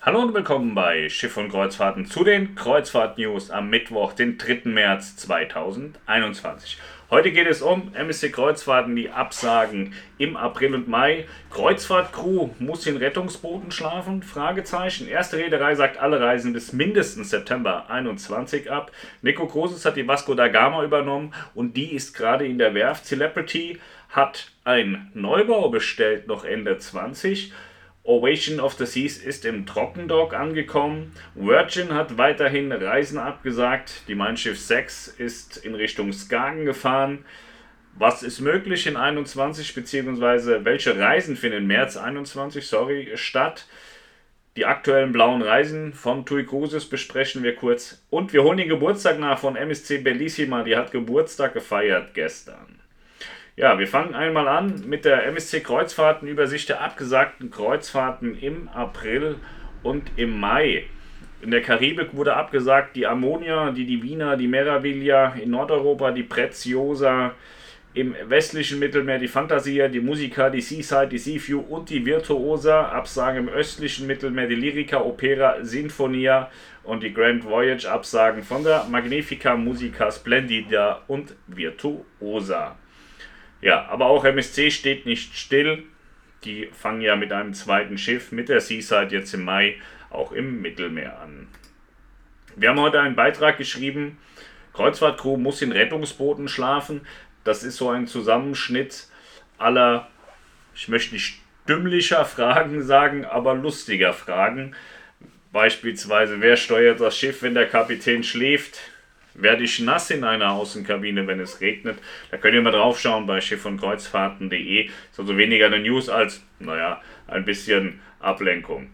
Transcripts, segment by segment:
Hallo und willkommen bei Schiff und Kreuzfahrten zu den Kreuzfahrt-News am Mittwoch, den 3. März 2021. Heute geht es um MSC Kreuzfahrten, die Absagen im April und Mai. Kreuzfahrt-Crew muss in Rettungsbooten schlafen? Fragezeichen. Erste Reederei sagt alle Reisen bis mindestens September 21 ab. Nico Kroeses hat die Vasco da Gama übernommen und die ist gerade in der Werft. Celebrity hat einen Neubau bestellt, noch Ende 20. Ovation of the Seas ist im Trockendock angekommen. Virgin hat weiterhin Reisen abgesagt. Die Mein Schiff 6 ist in Richtung Skagen gefahren. Was ist möglich in 21 bzw. welche Reisen finden im März 21 statt? Die aktuellen blauen Reisen von TUI Cruises besprechen wir kurz. Und wir holen den Geburtstag nach von MSC Bellissima. Die hat Geburtstag gefeiert gestern. Ja, wir fangen einmal an mit der MSC Kreuzfahrtenübersicht der abgesagten Kreuzfahrten im April und im Mai. In der Karibik wurde abgesagt die Ammonia, die Divina, die Meraviglia, in Nordeuropa die Preziosa, im westlichen Mittelmeer die Fantasia, die Musica, die Seaside, die Seaview und die Virtuosa. Absagen im östlichen Mittelmeer die Lyrica, Opera, Sinfonia und die Grand Voyage. Absagen von der Magnifica, Musica, Splendida und Virtuosa. Ja, aber auch MSC steht nicht still. Die fangen ja mit einem zweiten Schiff, mit der Seaside jetzt im Mai, auch im Mittelmeer an. Wir haben heute einen Beitrag geschrieben, Kreuzfahrtcrew muss in Rettungsbooten schlafen. Das ist so ein Zusammenschnitt aller, ich möchte nicht dümmlicher Fragen sagen, aber lustiger Fragen. Beispielsweise, wer steuert das Schiff, wenn der Kapitän schläft? Werde ich nass in einer Außenkabine, wenn es regnet? Da könnt ihr mal drauf schauen bei schiffundkreuzfahrten.de. Ist also weniger eine News als, ein bisschen Ablenkung.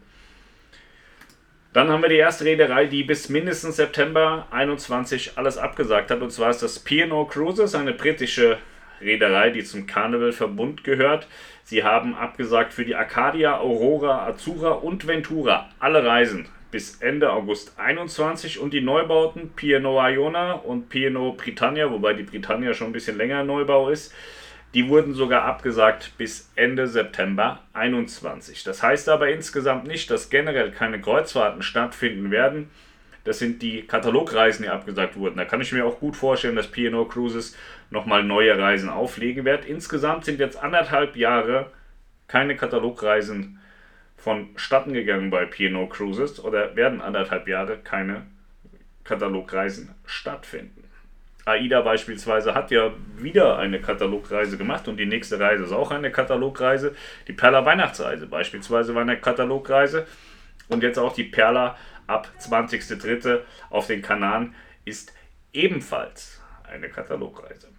Dann haben wir die erste Reederei, die bis mindestens September 21 alles abgesagt hat. Und zwar ist das P&O Cruises, eine britische Reederei, die zum Carnival-Verbund gehört. Sie haben abgesagt für die Arcadia, Aurora, Azura und Ventura alle Reisen bis Ende August 21 und die Neubauten P&O Iona und P&O Britannia, wobei die Britannia schon ein bisschen länger Neubau ist, die wurden sogar abgesagt bis Ende September 21. Das heißt aber insgesamt nicht, dass generell keine Kreuzfahrten stattfinden werden. Das sind die Katalogreisen, die abgesagt wurden. Da kann ich mir auch gut vorstellen, dass P&O Cruises nochmal neue Reisen auflegen wird. Insgesamt sind jetzt 1,5 Jahre keine Katalogreisen vonstatten gegangen bei P&O Cruises oder werden 1,5 Jahre keine Katalogreisen stattfinden. AIDA beispielsweise hat ja wieder eine Katalogreise gemacht und die nächste Reise ist auch eine Katalogreise. Die Perla Weihnachtsreise beispielsweise war eine Katalogreise und jetzt auch die Perla ab 20.03. auf den Kanaren ist ebenfalls eine Katalogreise.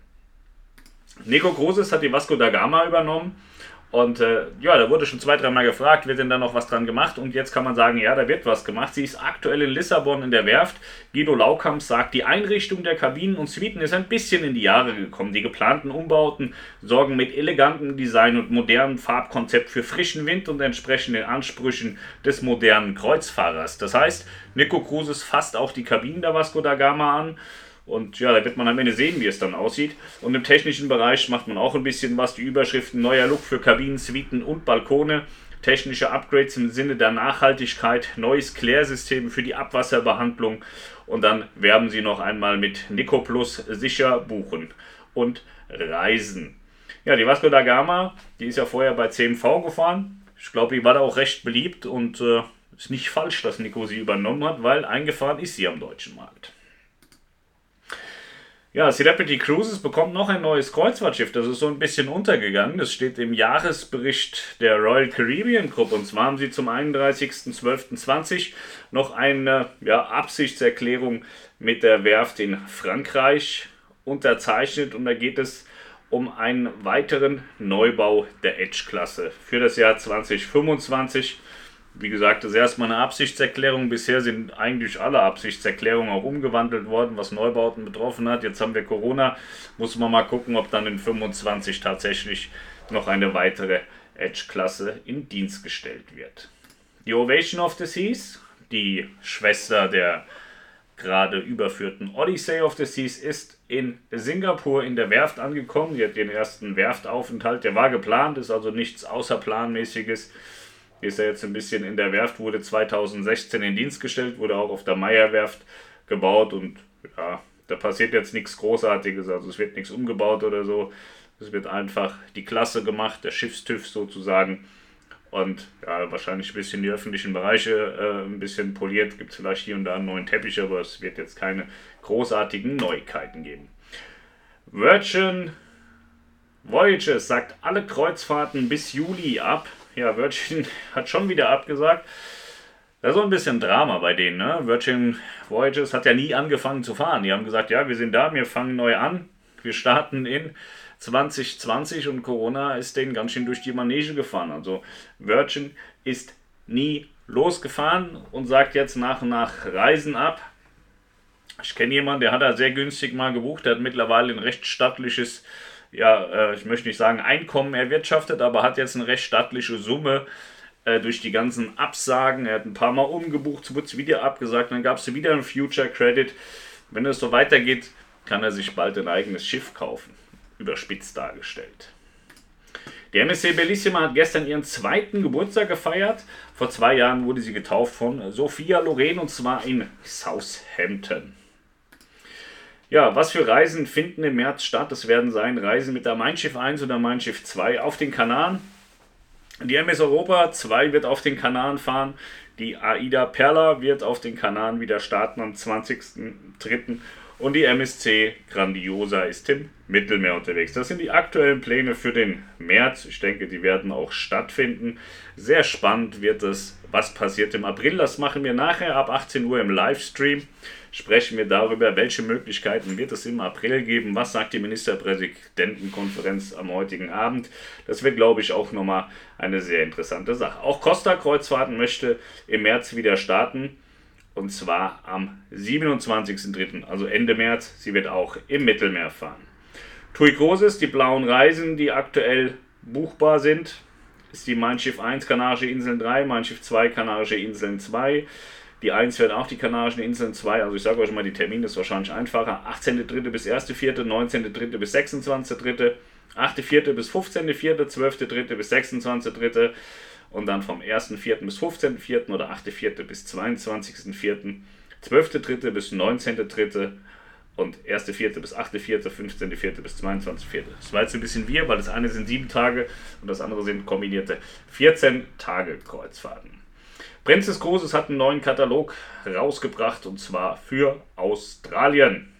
Nico Kroeses hat die Vasco da Gama übernommen. Und da wurde schon 2-3 Mal gefragt, wird denn da noch was dran gemacht? Und jetzt kann man sagen, ja, da wird was gemacht. Sie ist aktuell in Lissabon in der Werft. Guido Laukamp sagt, die Einrichtung der Kabinen und Suiten ist ein bisschen in die Jahre gekommen. Die geplanten Umbauten sorgen mit elegantem Design und modernem Farbkonzept für frischen Wind und entsprechen den Ansprüchen des modernen Kreuzfahrers. Das heißt, Nico Kroeses fasst auch die Kabinen der Vasco da Gama an. Und ja, da wird man am Ende sehen, wie es dann aussieht. Und im technischen Bereich macht man auch ein bisschen was. Die Überschriften: neuer Look für Kabinen, Suiten und Balkone, technische Upgrades im Sinne der Nachhaltigkeit, neues Klärsystem für die Abwasserbehandlung. Und dann werben sie noch einmal mit Nico Plus, sicher buchen und reisen. Ja, die Vasco da Gama, die ist ja vorher bei CMV gefahren. Ich glaube, die war da auch recht beliebt und ist nicht falsch, dass Nico sie übernommen hat, weil eingefahren ist sie am deutschen Markt. Ja, Celebrity Cruises bekommt noch ein neues Kreuzfahrtschiff. Das ist so ein bisschen untergegangen. Das steht im Jahresbericht der Royal Caribbean Group. Und zwar haben sie zum 31.12.20 noch eine Absichtserklärung mit der Werft in Frankreich unterzeichnet. Und da geht es um einen weiteren Neubau der Edge-Klasse für das Jahr 2025. Wie gesagt, das ist erstmal eine Absichtserklärung. Bisher sind eigentlich alle Absichtserklärungen auch umgewandelt worden, was Neubauten betroffen hat. Jetzt haben wir Corona. Muss man mal gucken, ob dann in 25 tatsächlich noch eine weitere Edge-Klasse in Dienst gestellt wird. Die Ovation of the Seas, die Schwester der gerade überführten Odyssey of the Seas, ist in Singapur in der Werft angekommen. Die hat den ersten Werftaufenthalt, der war geplant, ist also nichts Außerplanmäßiges. Ist ja jetzt ein bisschen in der Werft, wurde 2016 in Dienst gestellt, wurde auch auf der Meyer-Werft gebaut und ja, da passiert jetzt nichts Großartiges, also es wird nichts umgebaut oder so. Es wird einfach die Klasse gemacht, der Schiffstüv sozusagen. Und ja, wahrscheinlich ein bisschen die öffentlichen Bereiche ein bisschen poliert. Gibt es vielleicht hier und da einen neuen Teppich, aber es wird jetzt keine großartigen Neuigkeiten geben. Virgin Voyages sagt alle Kreuzfahrten bis Juli ab. Ja, Virgin hat schon wieder abgesagt. Das ist so ein bisschen Drama bei denen. Ne? Virgin Voyages hat ja nie angefangen zu fahren. Die haben gesagt, ja, wir sind da, wir fangen neu an. Wir starten in 2020 und Corona ist denen ganz schön durch die Manege gefahren. Also Virgin ist nie losgefahren und sagt jetzt nach und nach Reisen ab. Ich kenne jemanden, der hat da sehr günstig mal gebucht, der hat mittlerweile ein recht stattliches, ja, ich möchte nicht sagen Einkommen erwirtschaftet, aber hat jetzt eine recht stattliche Summe durch die ganzen Absagen. Er hat ein paar Mal umgebucht, wurde es wieder abgesagt, dann gab es wieder einen Future Credit. Wenn es so weitergeht, kann er sich bald ein eigenes Schiff kaufen. Überspitzt dargestellt. Die MSC Bellissima hat gestern ihren 2. Geburtstag gefeiert. Vor 2 Jahren wurde sie getauft von Sophia Loren und zwar in Southampton. Ja, was für Reisen finden im März statt? Es werden sein Reisen mit der Mein Schiff 1 oder Mein Schiff 2 auf den Kanaren. Die MS Europa 2 wird auf den Kanaren fahren. Die AIDA Perla wird auf den Kanaren wieder starten am 20.03. Und die MSC Grandiosa ist im Mittelmeer unterwegs. Das sind die aktuellen Pläne für den März. Ich denke, die werden auch stattfinden. Sehr spannend wird es, was passiert im April. Das machen wir nachher ab 18 Uhr im Livestream. Sprechen wir darüber, welche Möglichkeiten wird es im April geben. Was sagt die Ministerpräsidentenkonferenz am heutigen Abend? Das wird, glaube ich, auch nochmal eine sehr interessante Sache. Auch Costa Kreuzfahrten möchte im März wieder starten. Und zwar am 27.03., also Ende März. Sie wird auch im Mittelmeer fahren. TUI Cruises, die blauen Reisen, die aktuell buchbar sind, ist die Mein Schiff 1 Kanarische Inseln 3, Mein Schiff 2 Kanarische Inseln 2. Die 1 wird auch die Kanarischen Inseln 2, also ich sage euch mal, die Termine ist wahrscheinlich einfacher. 18.03. bis 1.04., 19.03. bis 26.03., 8.04. bis 15.04., 12.03. bis 26.03. und dann vom 1.04. bis 15.04. oder 8.04. bis 22.04., 12.03. bis 19.03. und 1.04. bis 8.04., 15.04. bis 22.04. Das war jetzt ein bisschen weil das eine sind 7 Tage und das andere sind kombinierte 14 Tage Kreuzfahrten. Princess Cruises hat einen neuen Katalog rausgebracht und zwar für Australien.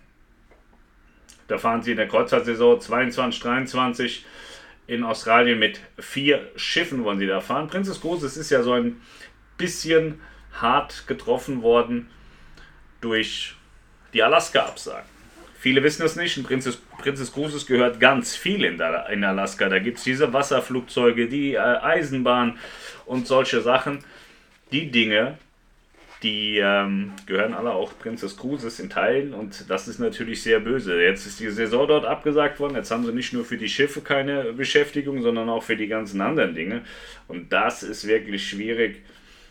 Da fahren sie in der Kreuzfahrtsaison 22-23 in Australien mit 4 Schiffen wollen sie da fahren. Princess Cruises ist ja so ein bisschen hart getroffen worden durch die Alaska-Absagen. Viele wissen es nicht, in Princess Cruises gehört ganz viel in Alaska. Da gibt es diese Wasserflugzeuge, die Eisenbahn und solche Sachen. Die Dinge, die gehören alle auch Princess Cruises in Teilen und das ist natürlich sehr böse. Jetzt ist die Saison dort abgesagt worden, jetzt haben sie nicht nur für die Schiffe keine Beschäftigung, sondern auch für die ganzen anderen Dinge und das ist wirklich schwierig.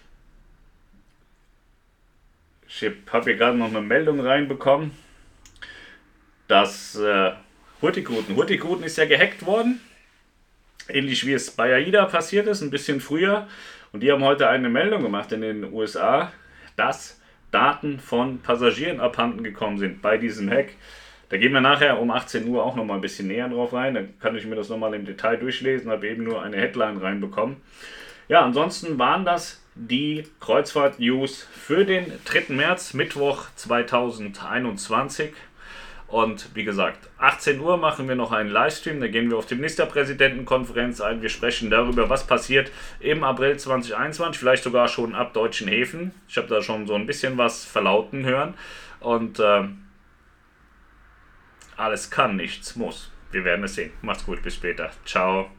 Ich habe hier gerade noch eine Meldung reinbekommen, dass Hurtigruten ist ja gehackt worden, ähnlich wie es bei AIDA passiert ist, ein bisschen früher. Und die haben heute eine Meldung gemacht in den USA, dass Daten von Passagieren abhanden gekommen sind bei diesem Hack. Da gehen wir nachher um 18 Uhr auch nochmal ein bisschen näher drauf rein. Dann kann ich mir das nochmal im Detail durchlesen, habe eben nur eine Headline reinbekommen. Ja, ansonsten waren das die Kreuzfahrt-News für den 3. März, Mittwoch 2021. Und wie gesagt, 18 Uhr machen wir noch einen Livestream, da gehen wir auf die Ministerpräsidentenkonferenz ein. Wir sprechen darüber, was passiert im April 2021, vielleicht sogar schon ab deutschen Häfen. Ich habe da schon so ein bisschen was verlauten hören. Und alles kann, nichts muss. Wir werden es sehen. Macht's gut, bis später. Ciao.